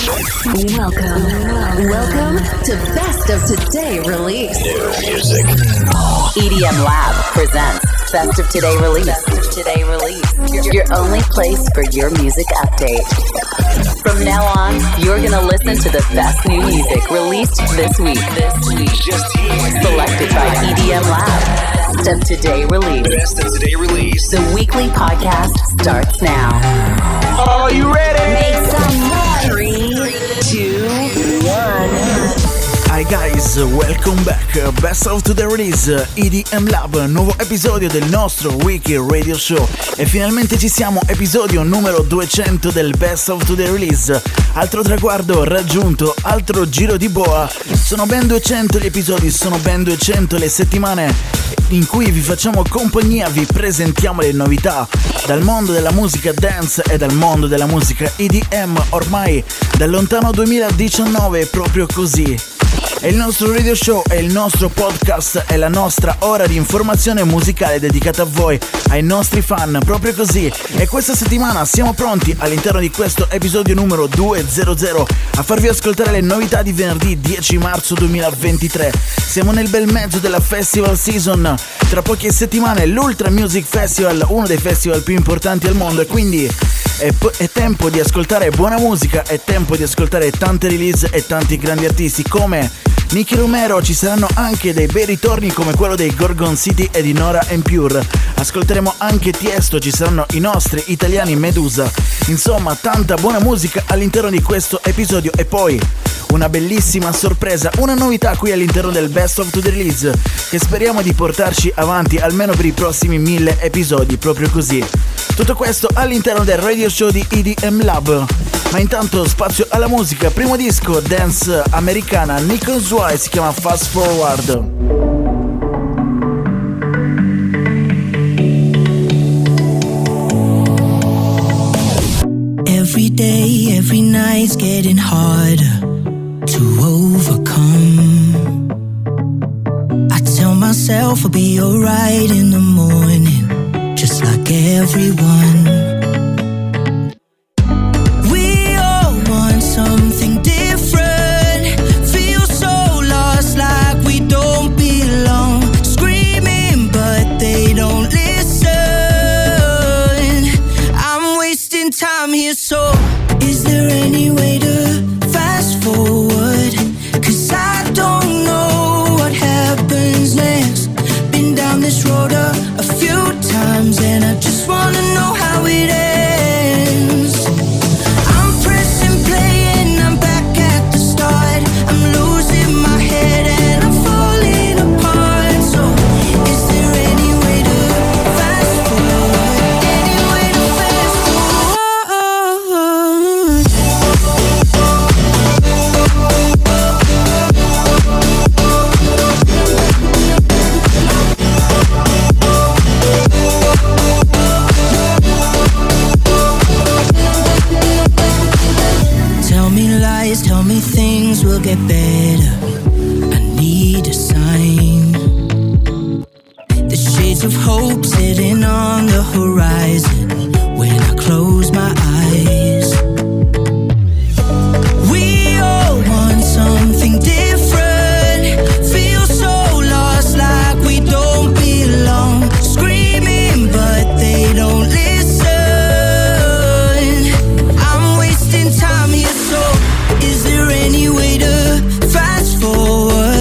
Welcome to Best of Today Release. New music. EDM Lab presents Best of Today Release. Best of Today Release. Your only place for your music update. From now on, you're gonna listen to the best new music released this week. Just here. Selected by EDM Lab. Best of Today Release. Best of Today Release. The weekly podcast starts now. Are you ready? Make some noise. 3, 2, 1. Hi guys, welcome back. Best of Today Release, EDM Lab, nuovo episodio del nostro Weekly Radio Show. E finalmente ci siamo, episodio numero 200 del Best of Today Release. Altro traguardo raggiunto, altro giro di boa. Sono ben 200 gli episodi, sono ben 200 le settimane in cui vi facciamo compagnia, vi presentiamo le novità dal mondo della musica dance e dal mondo della musica EDM, ormai dal lontano 2019, proprio così. È il nostro radio show, è il nostro podcast, è la nostra ora di informazione musicale dedicata a voi, ai nostri fan, proprio così. E questa settimana siamo pronti all'interno di questo episodio numero 200 a farvi ascoltare le novità di venerdì 10 marzo 2023. Siamo nel bel mezzo della festival season, tra poche settimane l'Ultra Music Festival, uno dei festival più importanti al mondo, e quindi è tempo di ascoltare buona musica, è tempo di ascoltare tante release e tanti grandi artisti come Nicky Romero. Ci saranno anche dei bei ritorni come quello dei Gorgon City e di Nora En Pure. Ascolteremo anche Tiesto, ci saranno i nostri italiani Medusa. Insomma, tanta buona musica all'interno di questo episodio e poi una bellissima sorpresa, una novità qui all'interno del Best of Today Release che speriamo di portarci avanti almeno per i prossimi 1000 episodi, proprio così. Tutto questo all'interno del radio show di EDM Lab. Ma intanto spazio alla musica, primo disco dance americana, Nickel Zwai, si chiama Fast Forward. Every day, every night's getting harder to overcome. I tell myself I'll be alright in the morning, just like everyone. We all want something different, feel so lost like we don't belong, screaming but they don't listen. I'm wasting time here, so is there any way to fast forward? 'Cause I don't know what happens next. Been down this road a few times and I just wanna know how it ends. I'm pressing play and I'm back at the start. I'm losing my head and I'm falling apart. So is there any way to fast forward? Any way to fast forward? Tell me lies, tell me things will get better. I need a sign. The shades of hope sitting on the horizon when I close my eyes. We all want something different, feel so lost like we don't belong, screaming but they don't listen. I'm wasting time here, so is there any way to fast forward?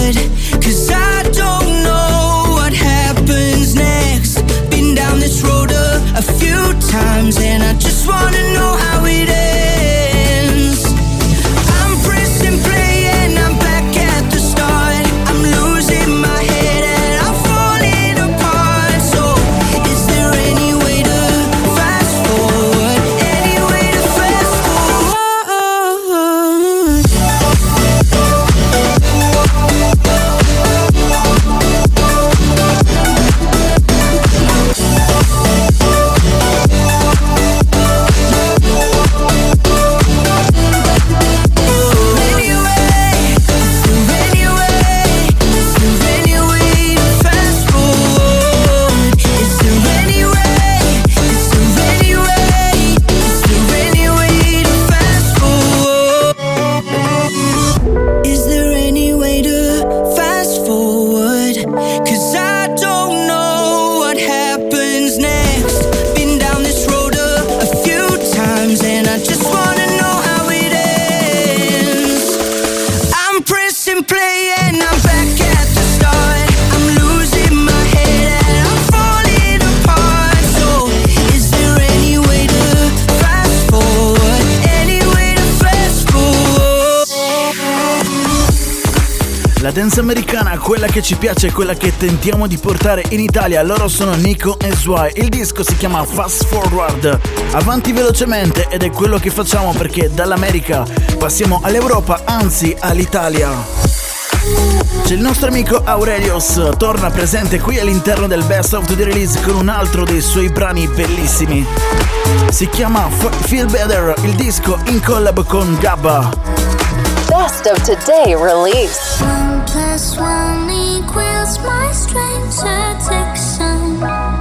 La dance americana, quella che ci piace, quella che tentiamo di portare in Italia. Loro sono Nico e Zwei. Il disco si chiama Fast Forward, avanti velocemente, ed è quello che facciamo perché dall'America passiamo all'Europa, anzi all'Italia. C'è il nostro amico Aurelius, torna presente qui all'interno del Best of the Release con un altro dei suoi brani bellissimi. Si chiama Feel Better, il disco in collab con Gabba. Best of Today Release. 1+1 equals my strength's addiction.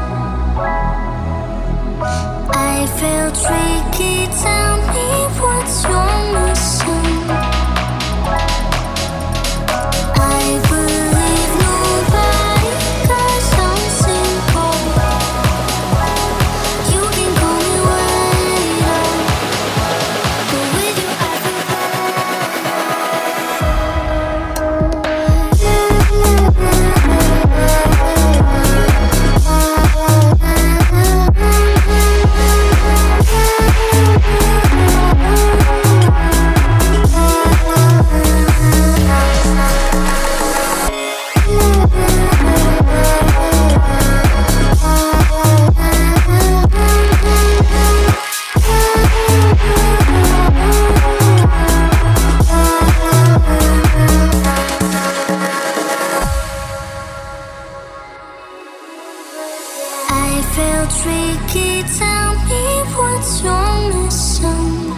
I feel tricky, tell me what's your mission. I believe nobody, 'cause I'm simple. You can call me waiter, but with you I feel tricky, tell me what's your mission.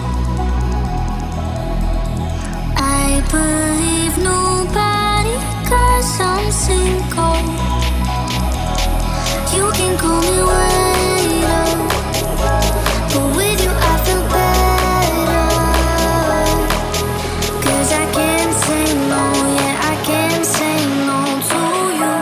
I believe nobody, 'cause I'm single. You can call me waiter, but with you I feel better. 'Cause I can't say no, yeah, I can't say no to you.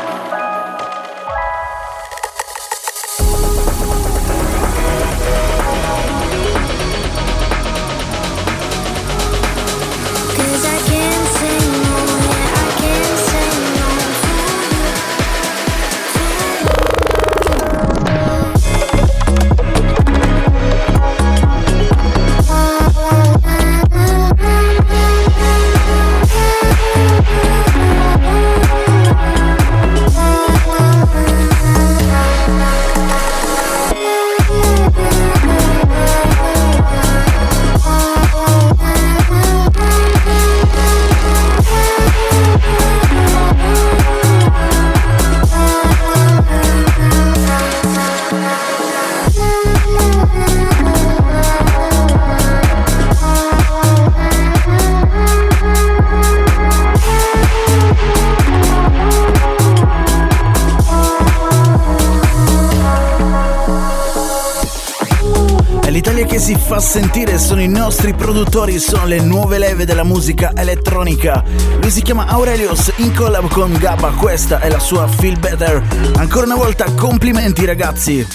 L'Italia che si fa sentire sono i nostri produttori, sono le nuove leve della musica elettronica. Lui si chiama Aurelius, in collab con Gabba, questa è la sua Feel Better. Ancora una volta complimenti ragazzi.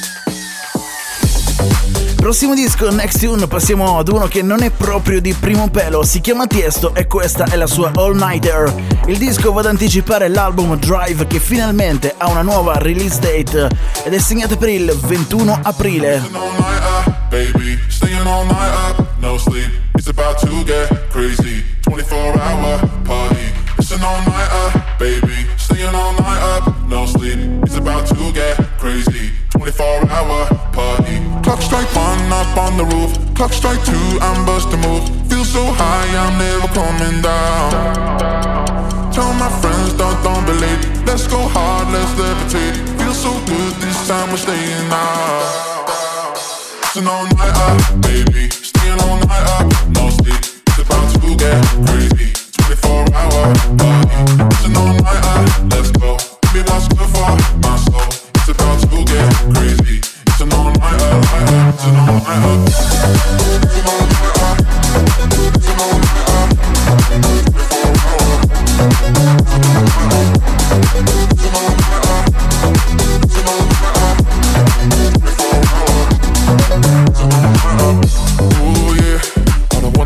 Prossimo disco, Next Tune, passiamo ad uno che non è proprio di primo pelo, si chiama Tiesto e questa è la sua All Nighter. Il disco va ad anticipare l'album Drive che finalmente ha una nuova release date ed è segnato per il 21 aprile. Baby, staying all night up, no sleep. It's about to get crazy. 24-hour party. It's an all night up, baby. Staying all night up, no sleep. It's about to get crazy. 24-hour party. Clock strike 1 up on the roof. Clock strike 2, I'm bust a move. Feel so high, I'm never coming down. Tell my friends, don't be late. Let's go hard, let's levitate. Feel so good, this time we're staying out. It's an all night up, baby. Staying all night up, no sleep. It's about to get crazy. 24-hour party. It's an all night up, let's go. Baby, what's good for my soul? It's about to get crazy. It's an all night up, it's an all night up. It's an all night up. It's an all night up. 24-hour. It's an all night up. It's an all night up. It's an all night up. 24-hour. Ooh yeah, all I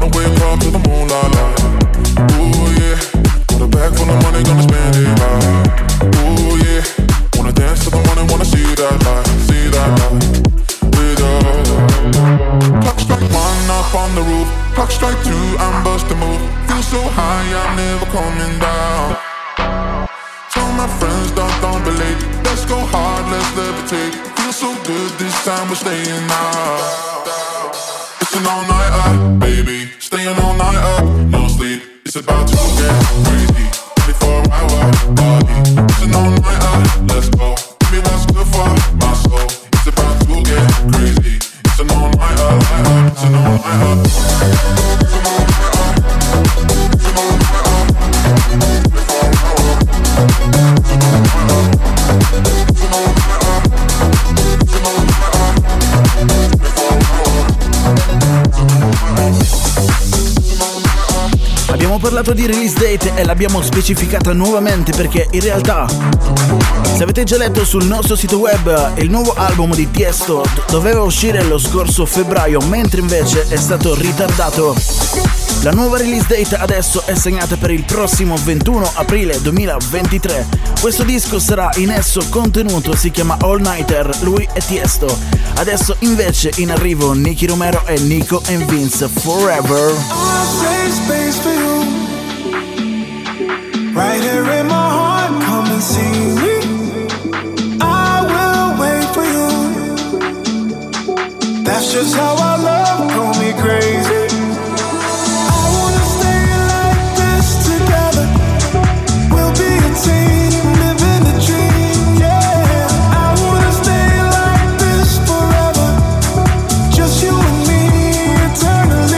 strike two, I'm busting move. Feel so high, I'm never coming down. Tell my friends, don't be late. Let's go hard, let's levitate. Feel so good, this time we're staying out. It's an all-nighter, baby. Staying all night up, no sleep. It's about to get crazy. 24-hour party. It's an all-nighter, let's go. Give me what's good for my soul. It's about to get crazy. It's an all-nighter, it's an all-nighter. It's an all-nighter. It's an all-nighter. 24-hour. It's an all-nighter. It's an all-nighter. It's an all-nighter. 24-hour. Abbiamo parlato di release date e l'abbiamo specificata nuovamente perché in realtà, se avete già letto sul nostro sito web, il nuovo album di Tiesto doveva uscire lo scorso febbraio, mentre invece è stato ritardato. La nuova release date adesso è segnata per il prossimo 21 aprile 2023. Questo disco sarà in esso contenuto, si chiama All Nighter, lui è Tiesto. Adesso invece in arrivo Nicky Romero e Nico & Vince, Forever. Space for you, right here in my heart. Come and see me. I will wait for you. That's just how I love. Call me crazy. I wanna stay like this together. We'll be a team, living the dream. Yeah, I wanna stay like this forever. Just you and me, eternally.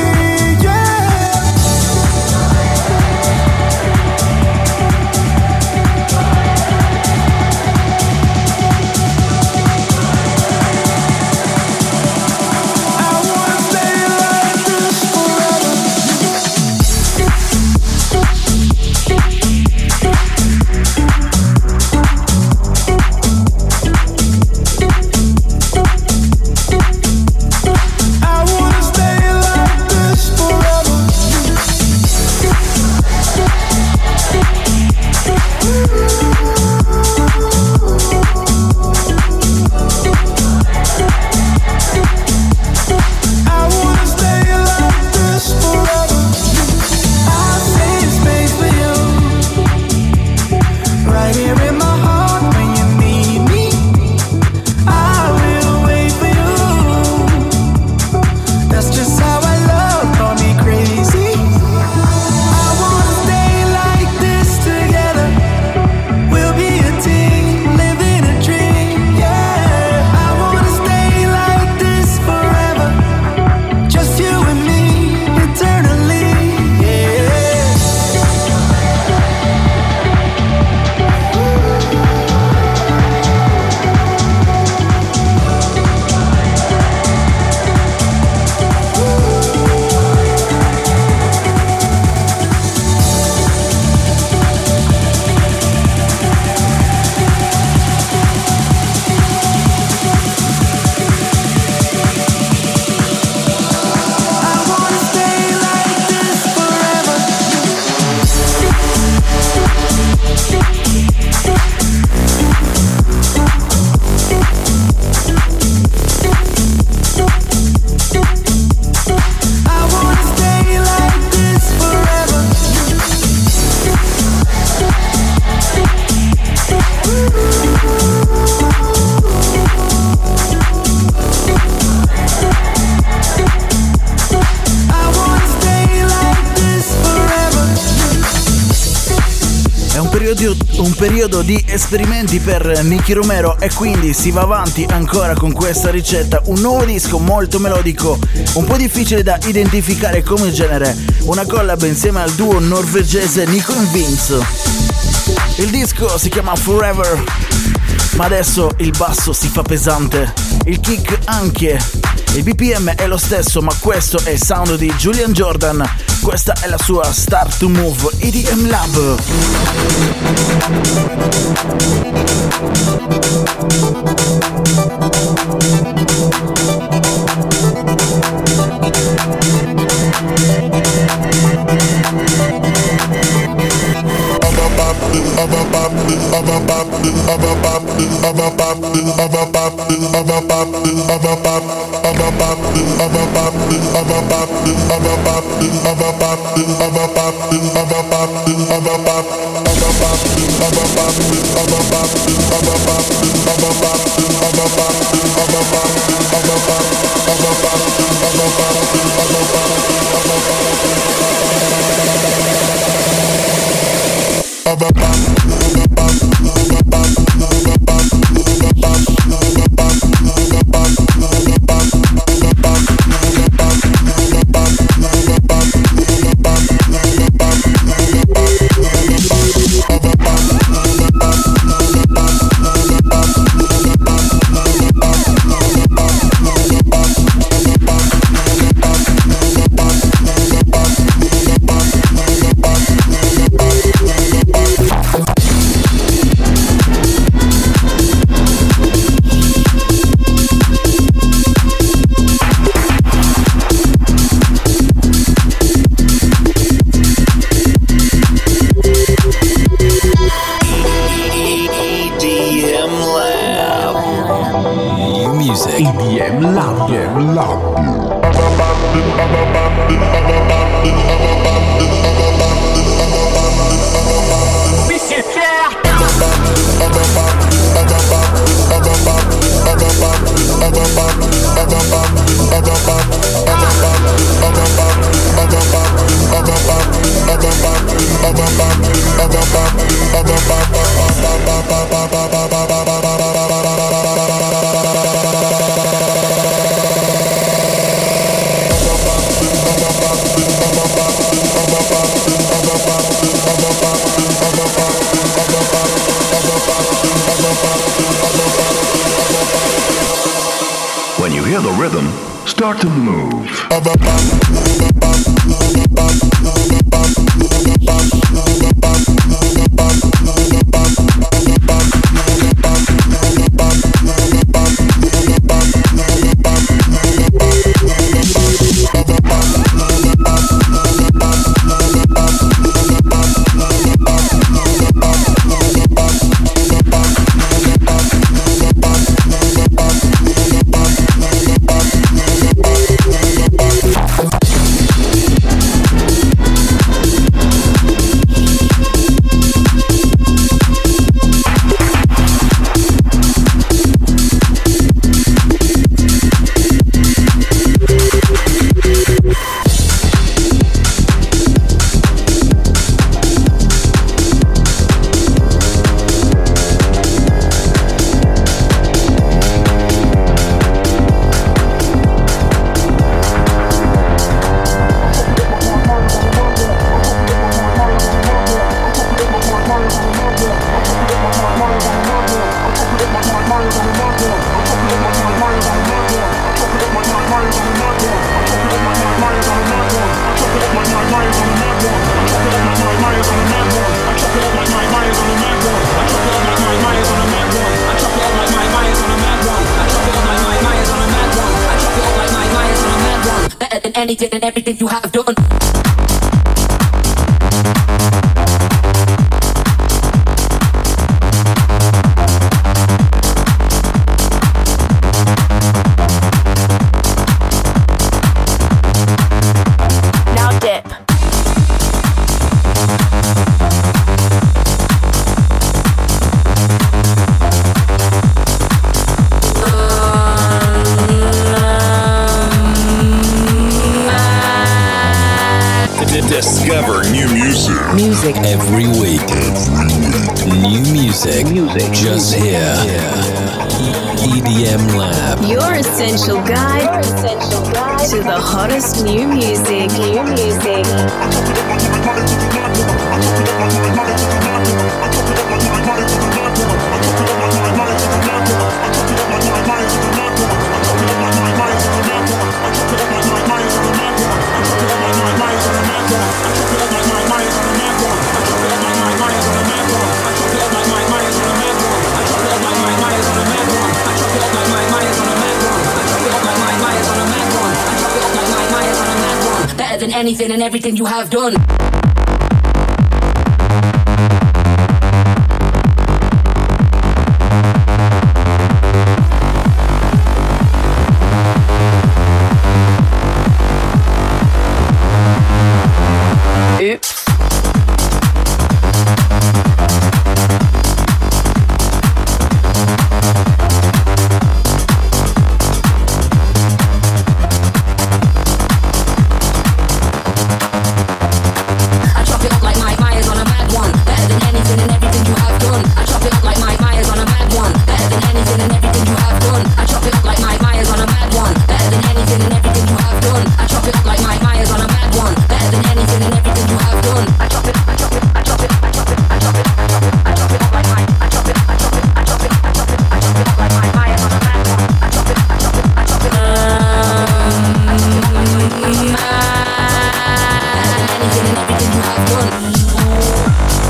Un periodo di esperimenti per Nicky Romero e quindi si va avanti ancora con questa ricetta. Un nuovo disco molto melodico, un po' difficile da identificare come genere, una collab insieme al duo norvegese Nico & Vince. Il disco si chiama Forever, ma adesso il basso si fa pesante, il kick anche, il BPM è lo stesso, ma questo è il sound di Julian Jordan. Questa è la sua Start to Move EDM Lab. Bop, bop, bop, bop, bop, bop, bop, bop, bop, bop, bop. When you hear the rhythm, start to move. Anything and everything you have done. Now dip. Discover new music. Music every week. New music. Just here. EDM Lab. Your essential guide to the hottest new music. Better than anything and everything you have done.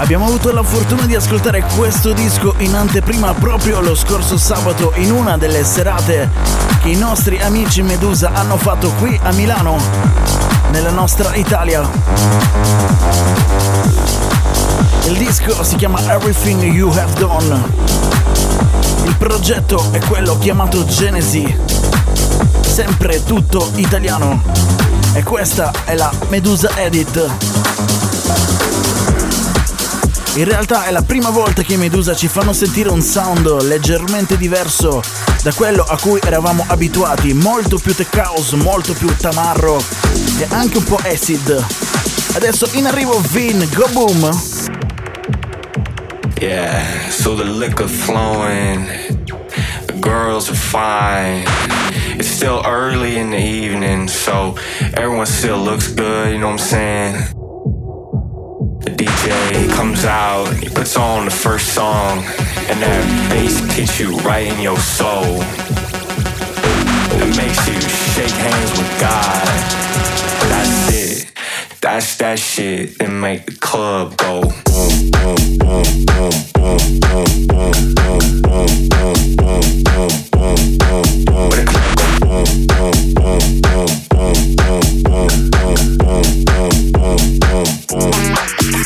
Abbiamo avuto la fortuna di ascoltare questo disco in anteprima proprio lo scorso sabato in una delle serate che i nostri amici Medusa hanno fatto qui a Milano, nella nostra Italia. Il disco si chiama Everything You Have Done. Il progetto è quello chiamato Genesi, sempre tutto italiano. E questa è la Medusa Edit. In realtà è la prima volta che i Medusa ci fanno sentire un sound leggermente diverso da quello a cui eravamo abituati, molto più tech house, molto più tamarro e anche un po' acid. Adesso in arrivo Vin, Go Boom. Yeah, so the liquor flowing, the girls are fine. It's still early in the evening, so everyone still looks good, you know what I'm saying? The DJ comes out, he puts on the first song, and that bass hits you right in your soul. It makes you shake hands with God. That's it, that's that shit that make the club go boom, boom, boom, boom, boom, boom, boom, boom, boom, boom, boom, boom, boom, boom, boom. Where the club go boom, boom, boom, boom, boom, boom, boom, boom, boom, boom, boom, boom, boom.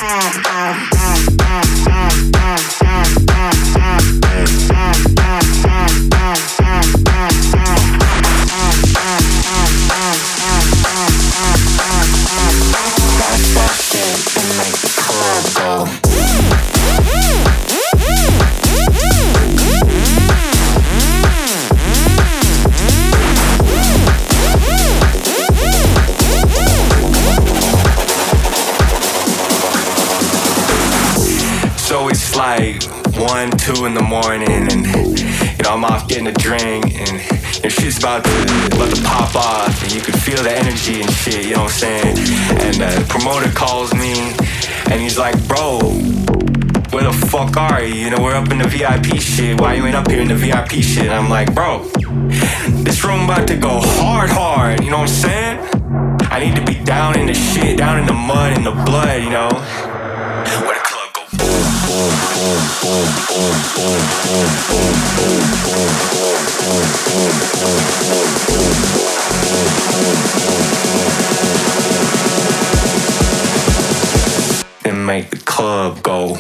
Like 1, 2 in the morning, and you know I'm off getting a drink, and your shit's about to pop off, and you can feel the energy and shit, you know what I'm saying? And the promoter calls me, and he's like, bro, where the fuck are you? You know, we're up in the VIP shit. Why you ain't up here in the VIP shit? And I'm like, bro, this room about to go hard, you know what I'm saying? I need to be down in the shit, down in the mud, in the blood, you know? Where the club go boom, boom, boom, boom, boom, boom, boom, boom, boom, boom, boom, boom, boom, boom, boom, and make the club go.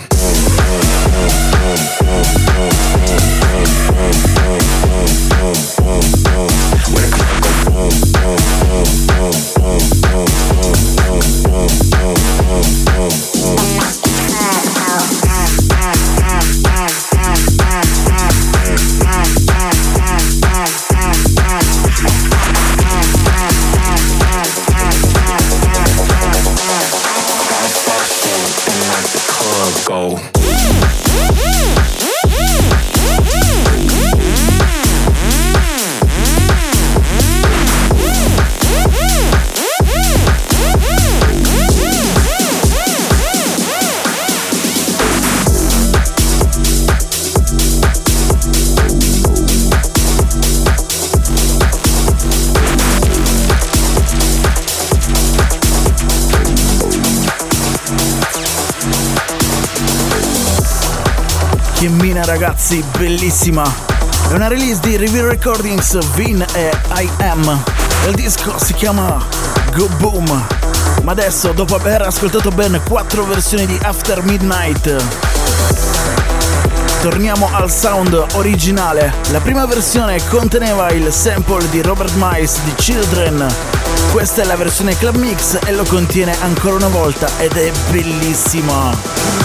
Che mina ragazzi, bellissima! È una release di Reveal Recordings, Vin e I Am. Il disco si chiama Go Boom. Ma adesso, dopo aver ascoltato ben 4 versioni di After Midnight, torniamo al sound originale. La prima versione conteneva il sample di Robert Miles di Children. Questa è la versione Club Mix e lo contiene ancora una volta ed è bellissima.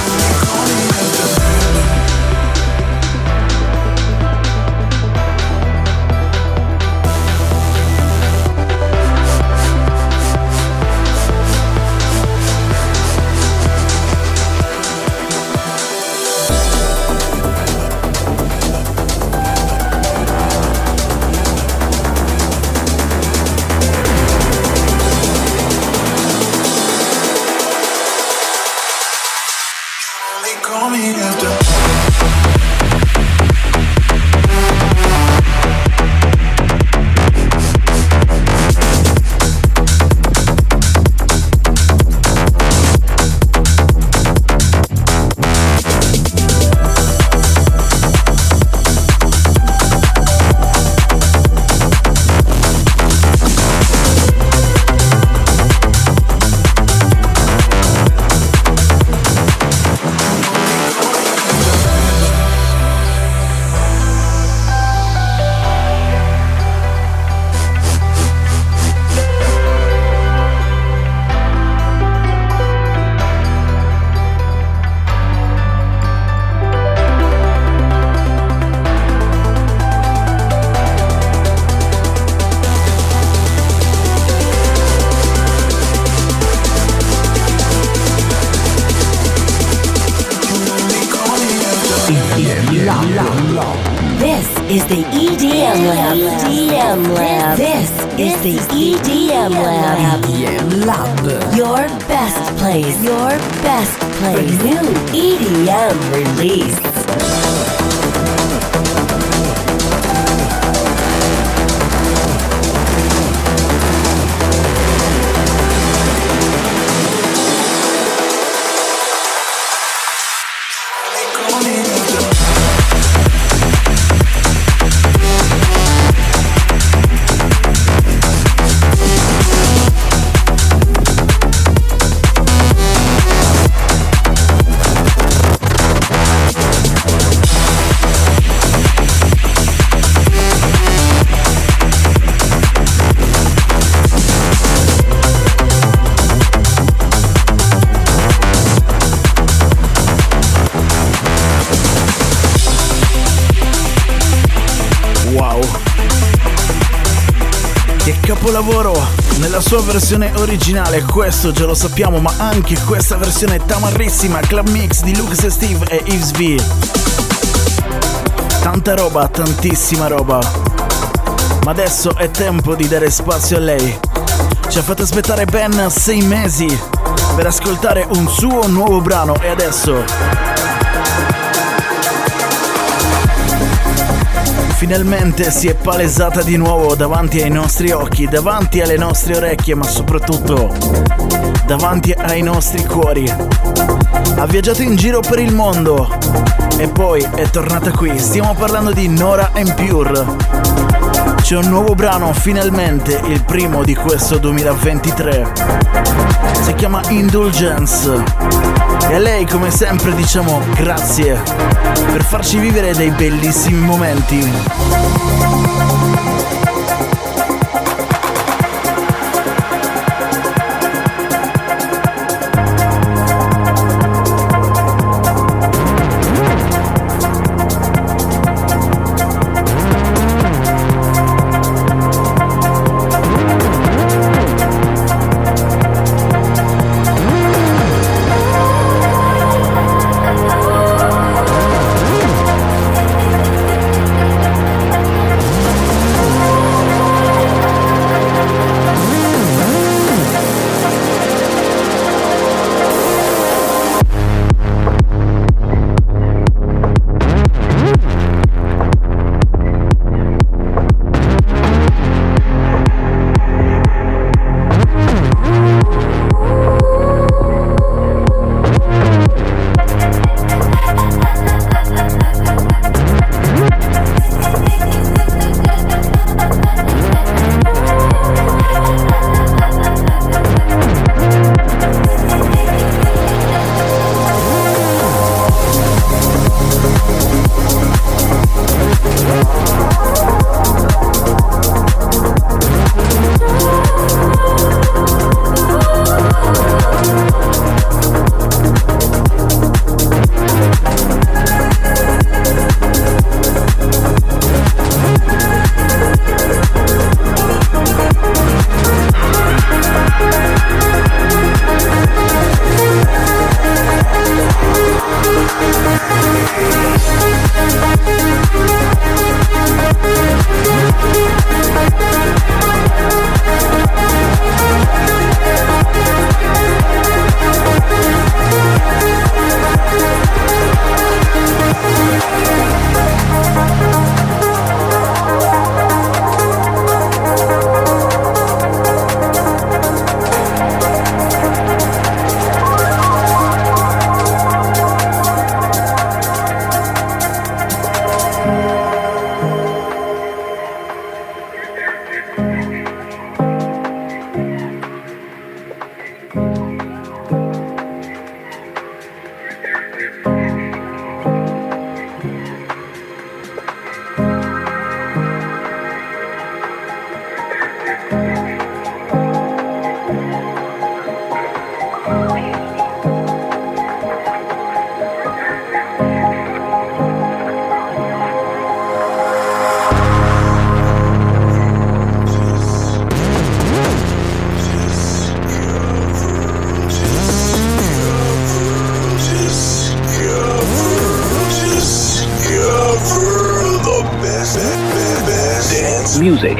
This is the EDM Lab. This is the EDM Lab. Your best place. For new EDM release. Capolavoro nella sua versione originale, questo già lo sappiamo, ma anche questa versione tamarrissima, Club Mix di Lux e Steve e Yves V. Tanta roba, tantissima roba, ma adesso è tempo di dare spazio a lei. Ci ha fatto aspettare ben 6 mesi per ascoltare un suo nuovo brano e adesso finalmente si è palesata di nuovo davanti ai nostri occhi, davanti alle nostre orecchie, ma soprattutto davanti ai nostri cuori. Ha viaggiato in giro per il mondo e poi è tornata qui. Stiamo parlando di Nora En Pure. C'è un nuovo brano, finalmente, il primo di questo 2023. Si chiama Indulgence. E a lei, come sempre, diciamo grazie per farci vivere dei bellissimi momenti. music.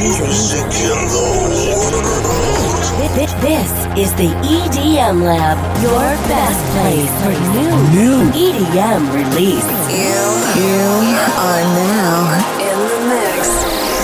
This is the EDM Lab, your best place for new EDM release. You are now in the mix.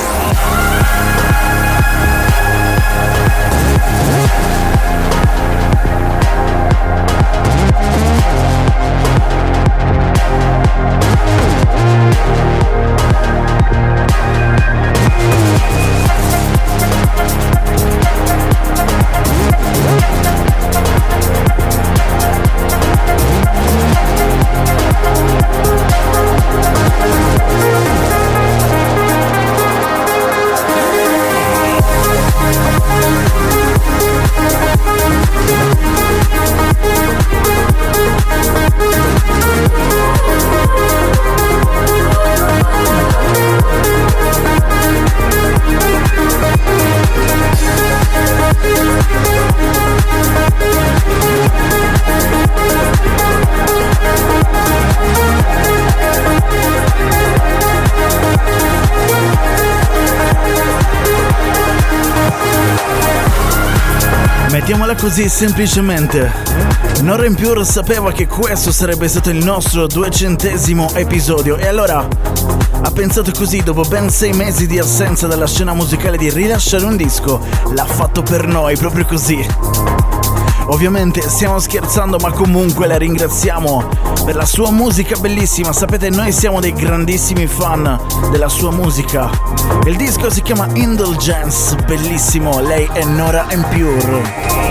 Mettiamola così semplicemente. Noren Pure sapeva che questo sarebbe stato il nostro 200° episodio e allora ha pensato così, dopo ben 6 mesi di assenza dalla scena musicale, di rilasciare un disco. L'ha fatto per noi, proprio così. Ovviamente stiamo scherzando, ma comunque la ringraziamo per la sua musica bellissima. Sapete, noi siamo dei grandissimi fan della sua musica. Il disco si chiama Indulgence, bellissimo. Lei è Noren Pure.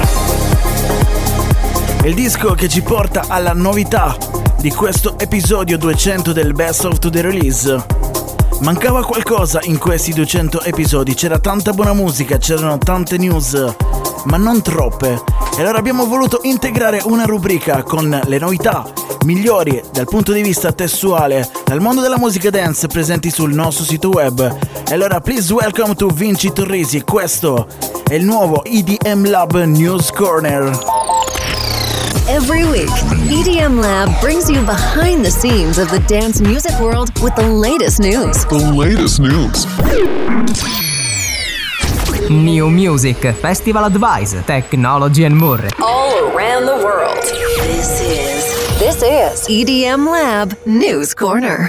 Il disco che ci porta alla novità di questo episodio 200 del Best of Today Release. Mancava qualcosa in questi 200 episodi, c'era tanta buona musica, c'erano tante news, ma non troppe. E allora abbiamo voluto integrare una rubrica con le novità migliori dal punto di vista testuale dal mondo della musica dance presenti sul nostro sito web. E allora please welcome to Vinci Torrisi, questo è il nuovo EDM Lab News Corner. Every week, EDM Lab brings you behind the scenes of the dance music world with the latest news. New Music, Festival Advice, Technology and more. All around the world. This is EDM Lab News Corner.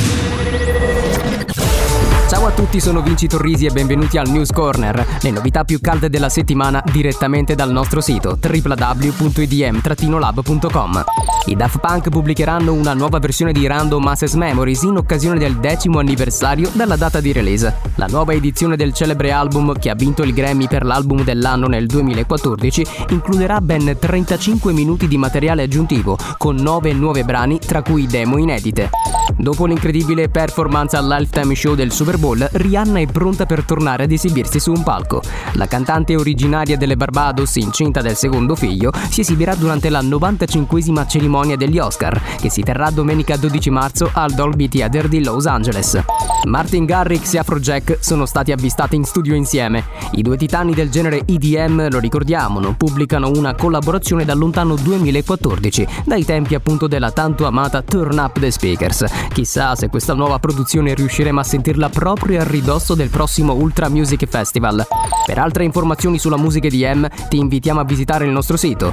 Ciao a tutti, sono Vinci Torrisi e benvenuti al News Corner, le novità più calde della settimana direttamente dal nostro sito www.edm-lab.com. I Daft Punk pubblicheranno una nuova versione di Random Access Memories in occasione del 10° anniversario dalla data di release. La nuova edizione del celebre album, che ha vinto il Grammy per l'album dell'anno nel 2014, includerà ben 35 minuti di materiale aggiuntivo, con 9 nuovi brani, tra cui demo inedite. Dopo l'incredibile performance al Lifetime Show del Super Bowl, Rihanna è pronta per tornare ad esibirsi su un palco. La cantante originaria delle Barbados, incinta del secondo figlio, si esibirà durante la 95esima cerimonia degli Oscar, che si terrà domenica 12 marzo al Dolby Theatre di Los Angeles. Martin Garrix e Afrojack sono stati avvistati in studio insieme. I due titani del genere EDM, lo ricordiamo, pubblicano una collaborazione dal lontano 2014, dai tempi appunto della tanto amata Turn Up the Speakers. Chissà se questa nuova produzione riusciremo a sentirla proprio a ridosso del prossimo Ultra Music Festival. Per altre informazioni sulla musica EDM ti invitiamo a visitare il nostro sito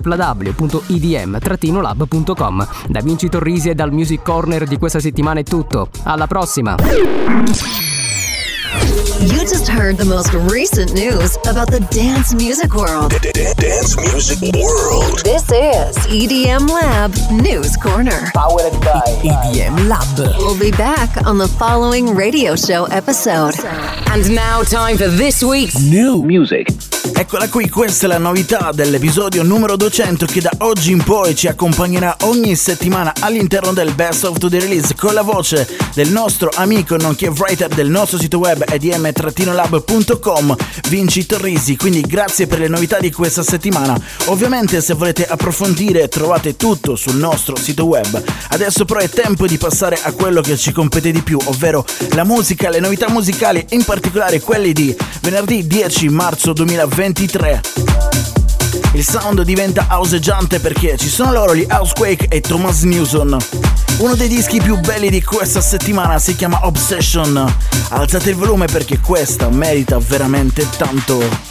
www.edm-lab.com. Da Vinci Torrisi e dal Music Corner di questa settimana è tutto. Alla prossima! You just heard the most recent news about the dance music world. Dance music world. This is EDM Lab News Corner. Powered by EDM Lab. We'll be back on the following radio show episode. And now time for this week's New music. Eccola qui, questa è la novità dell'episodio numero 200 che da oggi in poi ci accompagnerà ogni settimana all'interno del Best of Today Release, con la voce del nostro amico nonché writer del nostro sito web edm-lab.com, Vinci Torrisi. Quindi grazie per le novità di questa settimana. Ovviamente se volete approfondire trovate tutto sul nostro sito web. Adesso però è tempo di passare a quello che ci compete di più, ovvero la musica, le novità musicali, in particolare quelli di venerdì 10 marzo 2023. Il sound diventa houseggiante perché ci sono loro, gli Housequake e Thomas Newson. Uno dei dischi più belli di questa settimana si chiama Obsession. Alzate il volume perché questa merita veramente tanto.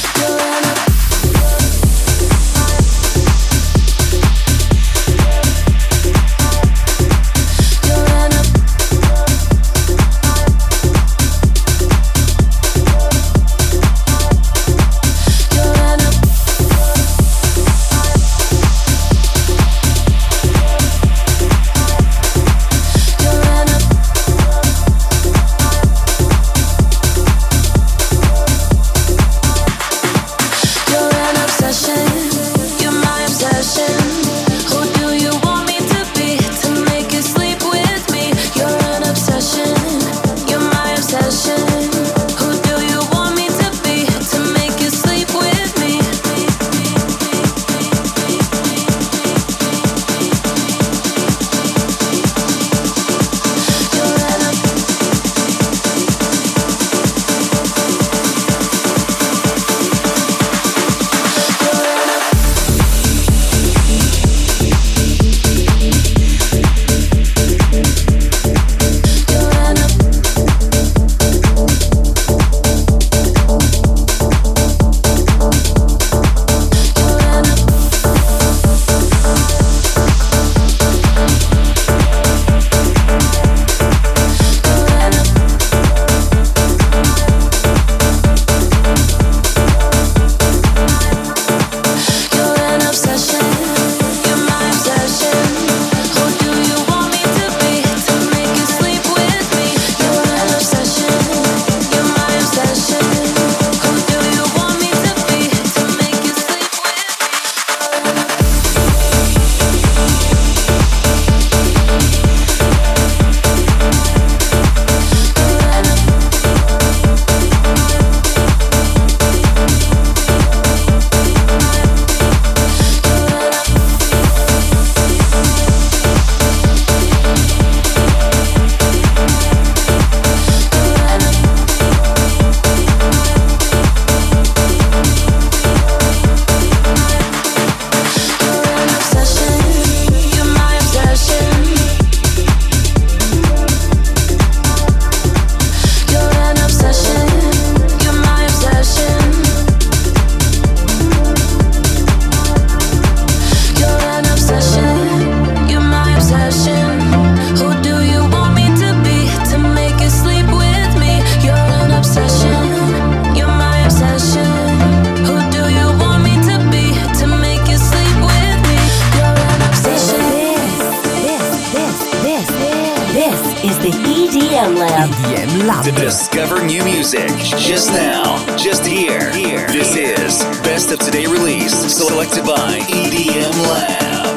EDM Lab. Discover new music just now, just here. This is Best of Today Release, selected by EDM Lab.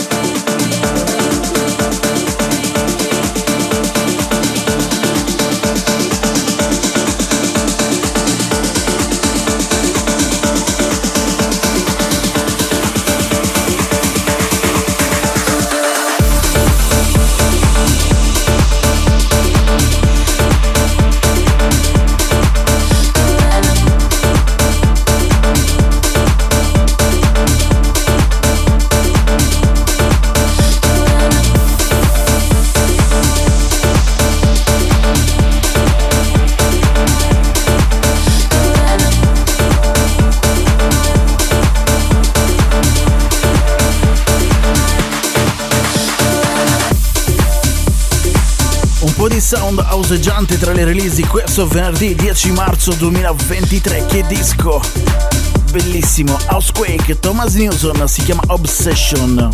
Sound houseggiante tra le release di questo venerdì 10 marzo 2023. Che disco bellissimo, Housequake, Thomas Newson, si chiama Obsession.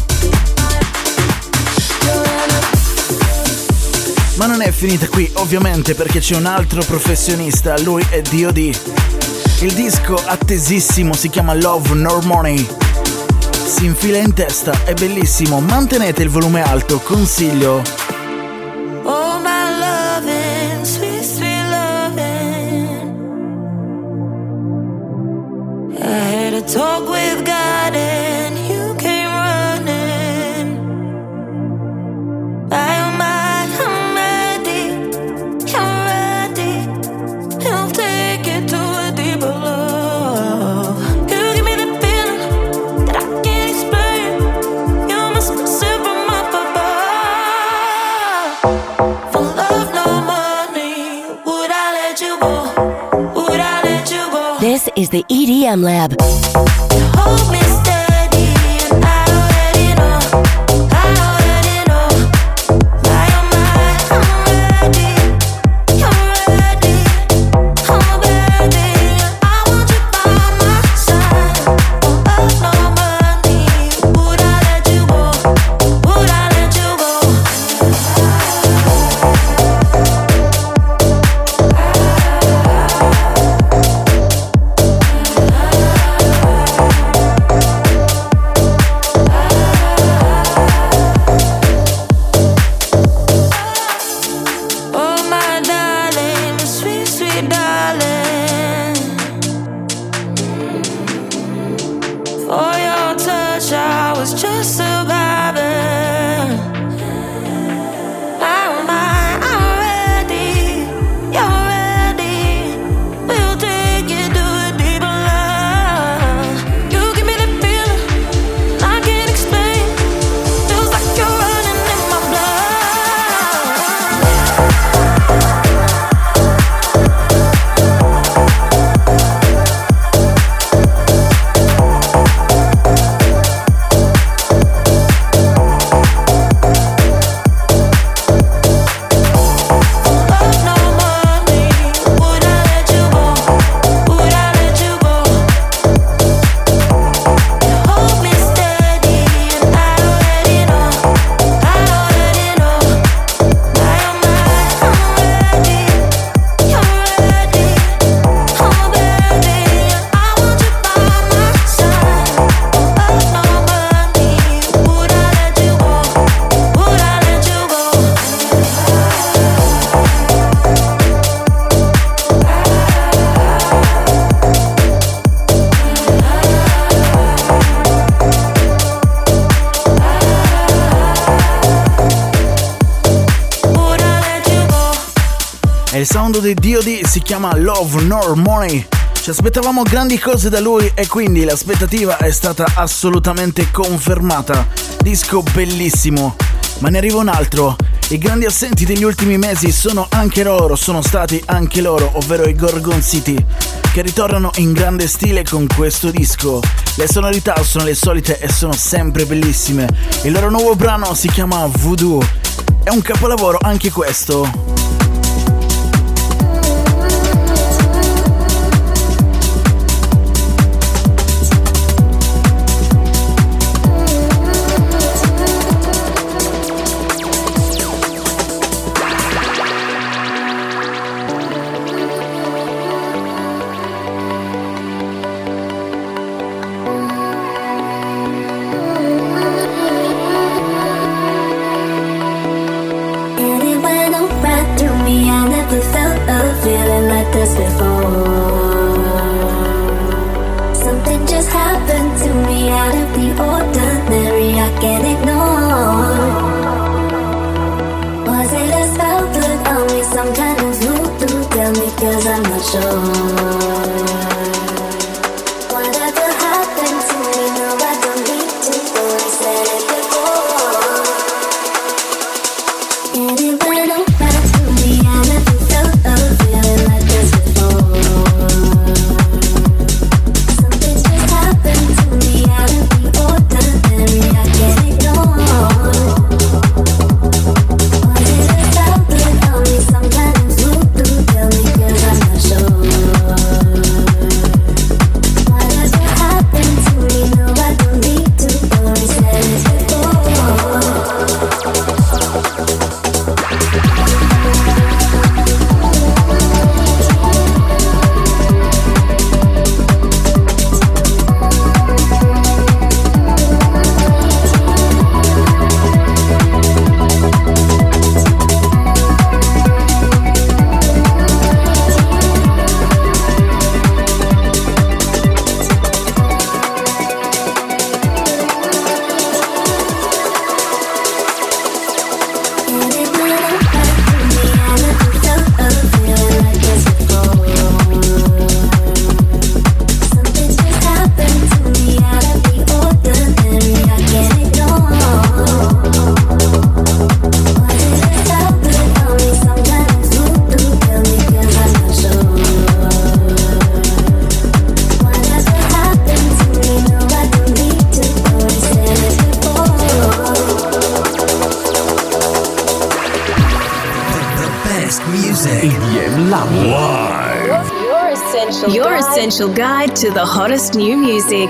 Ma non è finita qui, ovviamente, perché c'è un altro professionista, lui è D.O.D. Il disco attesissimo si chiama Love Nor Money. Si infila in testa, è bellissimo, mantenete il volume alto, consiglio. Talk with God and you came running. I'm ready, I'll take it to a deeper love. You give me the feeling is the EDM Lab. Hold me steady, and I already know. I already know. My oh my, I'm ready. You're ready. Oh baby, I want you by my side. Oh earth, no money. Would I let you go? Would I let you go? Oh my darling, sweet, sweet darling. For your touch, I was just surviving. I'm ready, you're ready. We'll take you to a deeper love. You give me the feeling I can't explain. Feels like you're running in my blood. E il sound di D.O.D. si chiama Love Nor Money. Ci aspettavamo grandi cose da lui e quindi l'aspettativa è stata assolutamente confermata. Disco bellissimo. Ma ne arriva un altro. I grandi assenti degli ultimi mesi sono stati anche loro, ovvero i Gorgon City, che ritornano in grande stile con questo disco. Le sonorità sono le solite e sono sempre bellissime. Il loro nuovo brano si chiama Voodoo. È un capolavoro anche questo. Something just happened to me out of the ordinary, I can't ignore. Was it a spell put on me, some kind of voodoo? Tell me, 'cause I'm not sure. Whatever happened to me, no, I don't need to go. I said it before. And it went over to me, I never felt a feeling like this before. Something just happened to me out of the ordinary, I can't ignore. Was it a spell put on me, some kind of voodoo? Tell me, 'cause I'm not sure. Your essential guide to the hottest new music.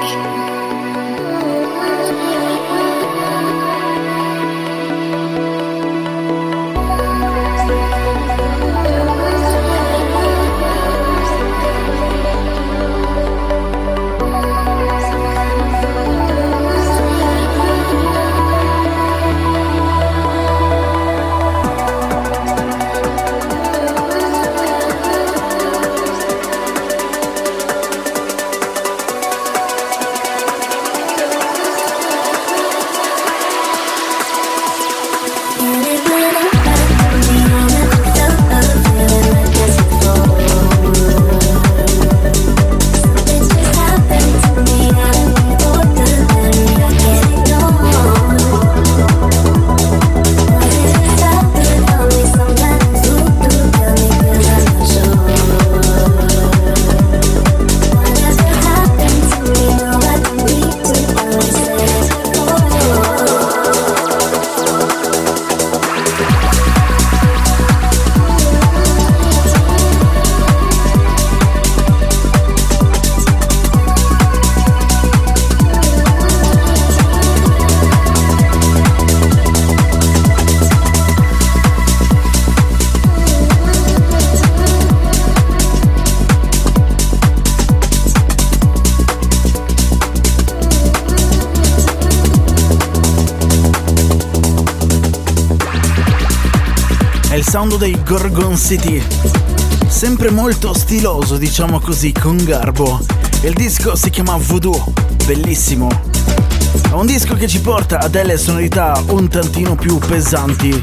Sound dei Gorgon City, sempre molto stiloso, diciamo così, con garbo. Il disco si chiama Voodoo, bellissimo. È un disco che ci porta a delle sonorità un tantino più pesanti.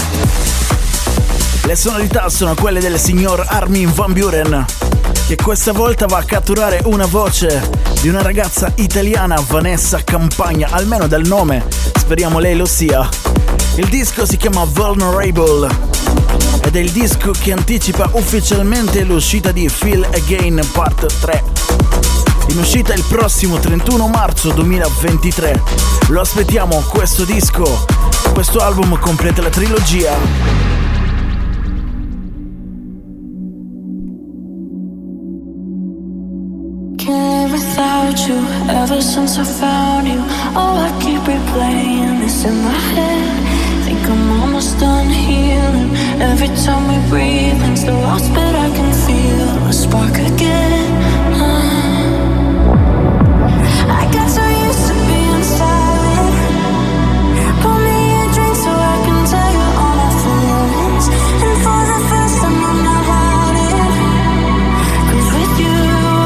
Le sonorità sono quelle del signor Armin van Buuren, che questa volta va a catturare una voce di una ragazza italiana, Vanessa Campagna, almeno dal nome, speriamo lei lo sia. Il disco si chiama Vulnerable ed è il disco che anticipa ufficialmente l'uscita di Feel Again Part 3, in uscita il prossimo 31 marzo 2023. Lo aspettiamo, questo disco, questo album completa la trilogia. Without you, ever since I found you, oh, I keep replaying this in my head. Think I'm almost done healing. Every time we breathe, things are lost, but I can feel a spark again. I got so used to being silent. Pour me a drink so I can tell you all my feelings. And for the first time I'm not hiding, 'cause with you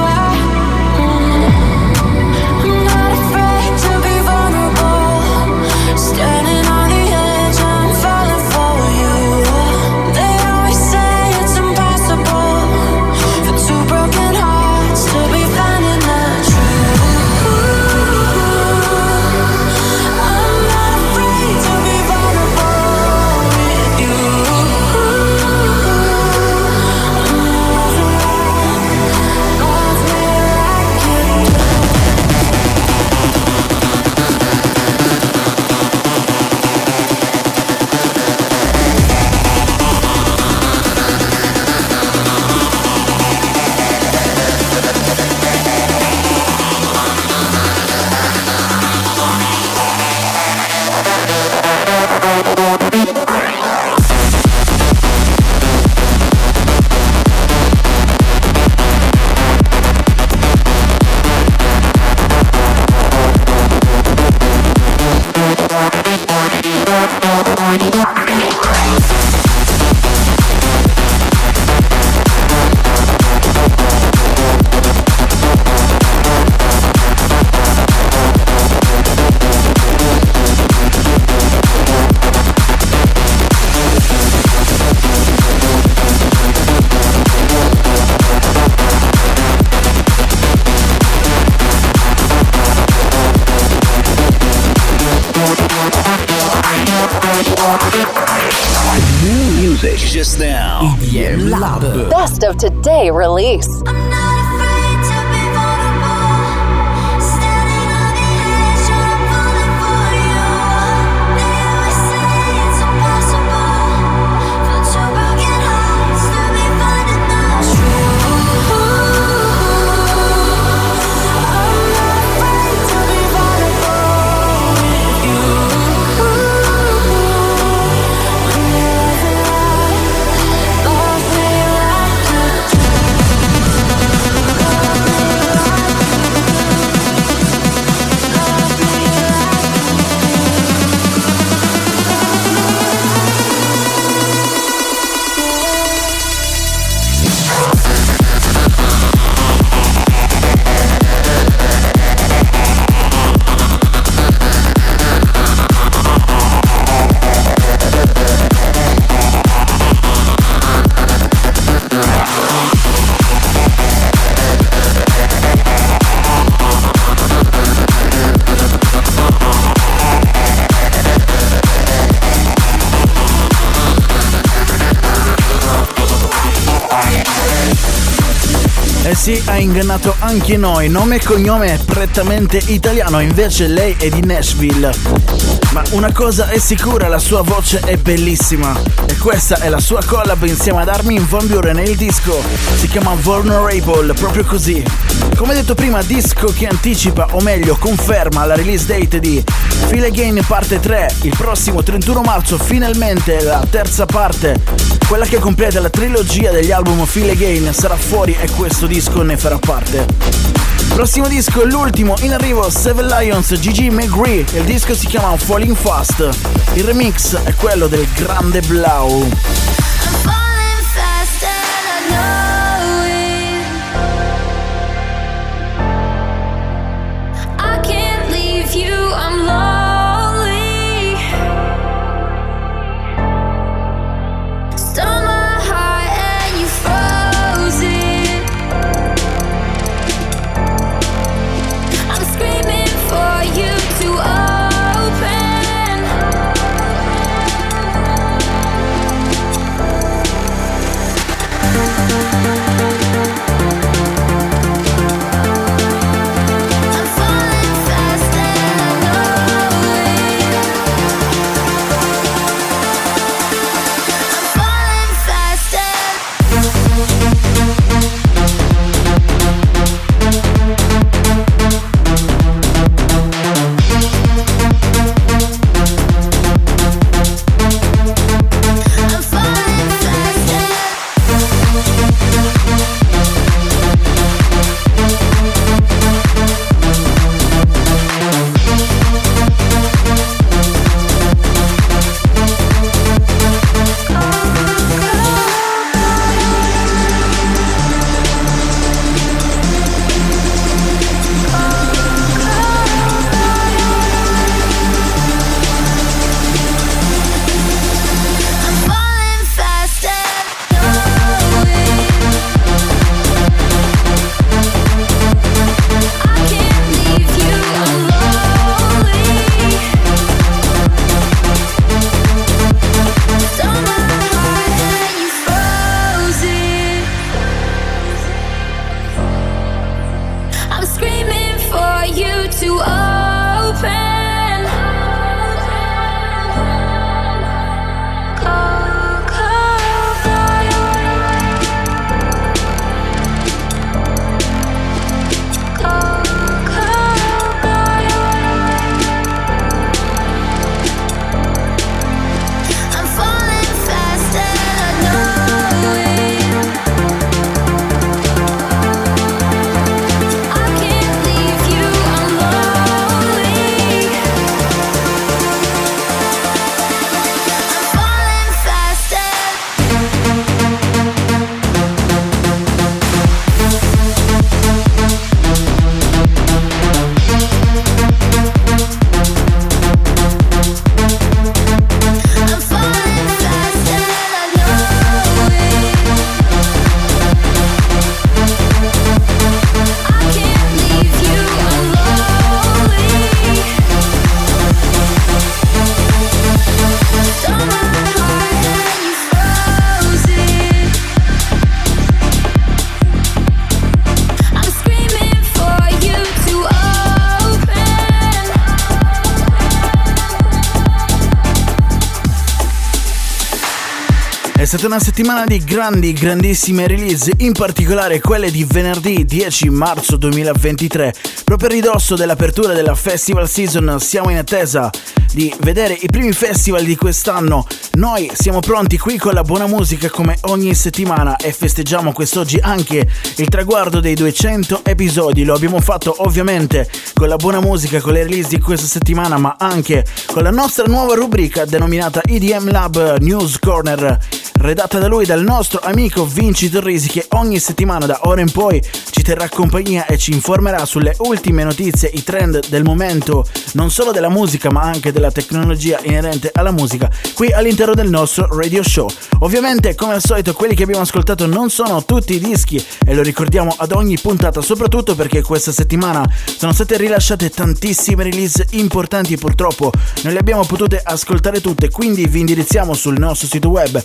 I'm not afraid to be vulnerable. Standing on the edge, I'm falling for you. They always say it's impossible for two broken hearts to be finding the truth. I'm not afraid to be vulnerable with you. Just now. EDM Lab. Best of today release. Sì, ha ingannato anche noi, nome e cognome prettamente italiano, invece lei è di Nashville. Ma una cosa è sicura, la sua voce è bellissima e questa è la sua collab insieme ad Armin van Buuren nel disco, si chiama Vulnerable, proprio così. Come detto prima, disco che anticipa, o meglio conferma, la release date di Feel Again parte 3, il prossimo 31 marzo finalmente la terza parte, quella che completa la trilogia degli album Feel Again sarà fuori e questo disco ne farà parte. Prossimo disco, l'ultimo in arrivo, Seven Lions, Gigi McGree, il disco si chiama Falling Fast, il remix è quello del grande Blau. È stata una settimana di grandissime release, in particolare quelle di venerdì 10 marzo 2023. Proprio a ridosso dell'apertura della festival season siamo in attesa di vedere i primi festival di quest'anno. Noi siamo pronti qui con la buona musica come ogni settimana e festeggiamo quest'oggi anche il traguardo dei 200 episodi. Lo abbiamo fatto ovviamente con la buona musica, con le release di questa settimana, ma anche con la nostra nuova rubrica denominata EDM Lab News Corner, redatta da lui, dal nostro amico Vinci Torrisi, che ogni settimana da ora in poi ci terrà compagnia e ci informerà sulle ultime notizie, i trend del momento, non solo della musica ma anche della tecnologia inerente alla musica, qui all'interno del nostro radio show. Ovviamente, come al solito, quelli che abbiamo ascoltato non sono tutti i dischi e lo ricordiamo ad ogni puntata, soprattutto perché questa settimana sono state rilasciate tantissime release importanti e purtroppo non le abbiamo potute ascoltare tutte, quindi vi indirizziamo sul nostro sito web EDM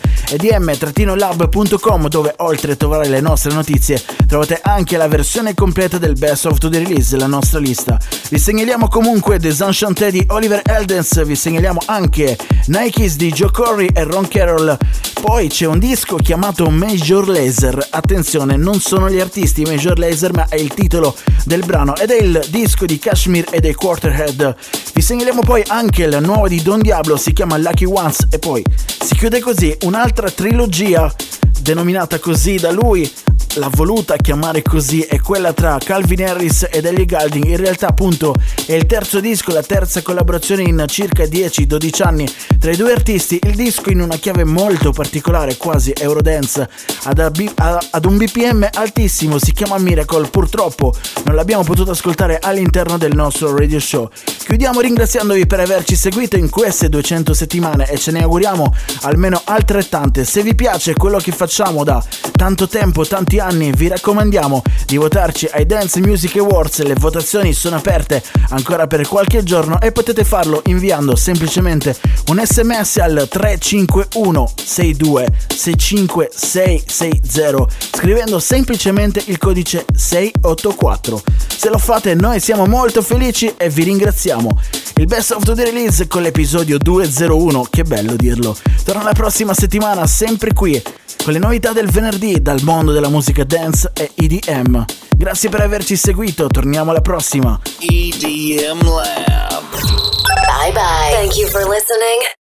edm-lab.com, dove oltre a trovare le nostre notizie trovate anche la versione completa del Best of the Release, la nostra lista. Vi segnaliamo comunque The Sunshine di Oliver Eldens, vi segnaliamo anche Nikes di Joe Corey e Ron Carroll. Poi c'è un disco chiamato Major Lazer, attenzione, non sono gli artisti Major Lazer ma è il titolo del brano, ed è il disco di Kashmir e dei Quarterhead. Vi segnaliamo poi anche la nuova di Don Diablo, si chiama Lucky Ones, e poi si chiude così un'altra trilogia denominata così da lui, l'ha voluta chiamare così, è quella tra Calvin Harris ed Ellie Goulding. In realtà appunto è il terzo disco, la terza collaborazione in circa 10-12 anni tra i due artisti. Il disco in una chiave molto particolare, quasi Eurodance, ad un BPM altissimo, si chiama Miracle. Purtroppo non l'abbiamo potuto ascoltare all'interno del nostro radio show. Chiudiamo ringraziandovi per averci seguito in queste 200 settimane e ce ne auguriamo almeno altrettante. Se vi piace quello che facciamo da tanto tempo, tanti anni, vi raccomandiamo di votarci ai Dance Music Awards. Le votazioni sono aperte ancora per qualche giorno e potete farlo inviando semplicemente un SMS al 351 62 65 660, scrivendo semplicemente il codice 684. Se lo fate noi siamo molto felici e vi ringraziamo. Il Best of the Release con l'episodio 201, che bello dirlo, torna la prossima settimana sempre qui con le novità del venerdì dal mondo della musica dance e EDM. Grazie per averci seguito, torniamo alla prossima. EDM Lab. Bye bye. Thank you for listening.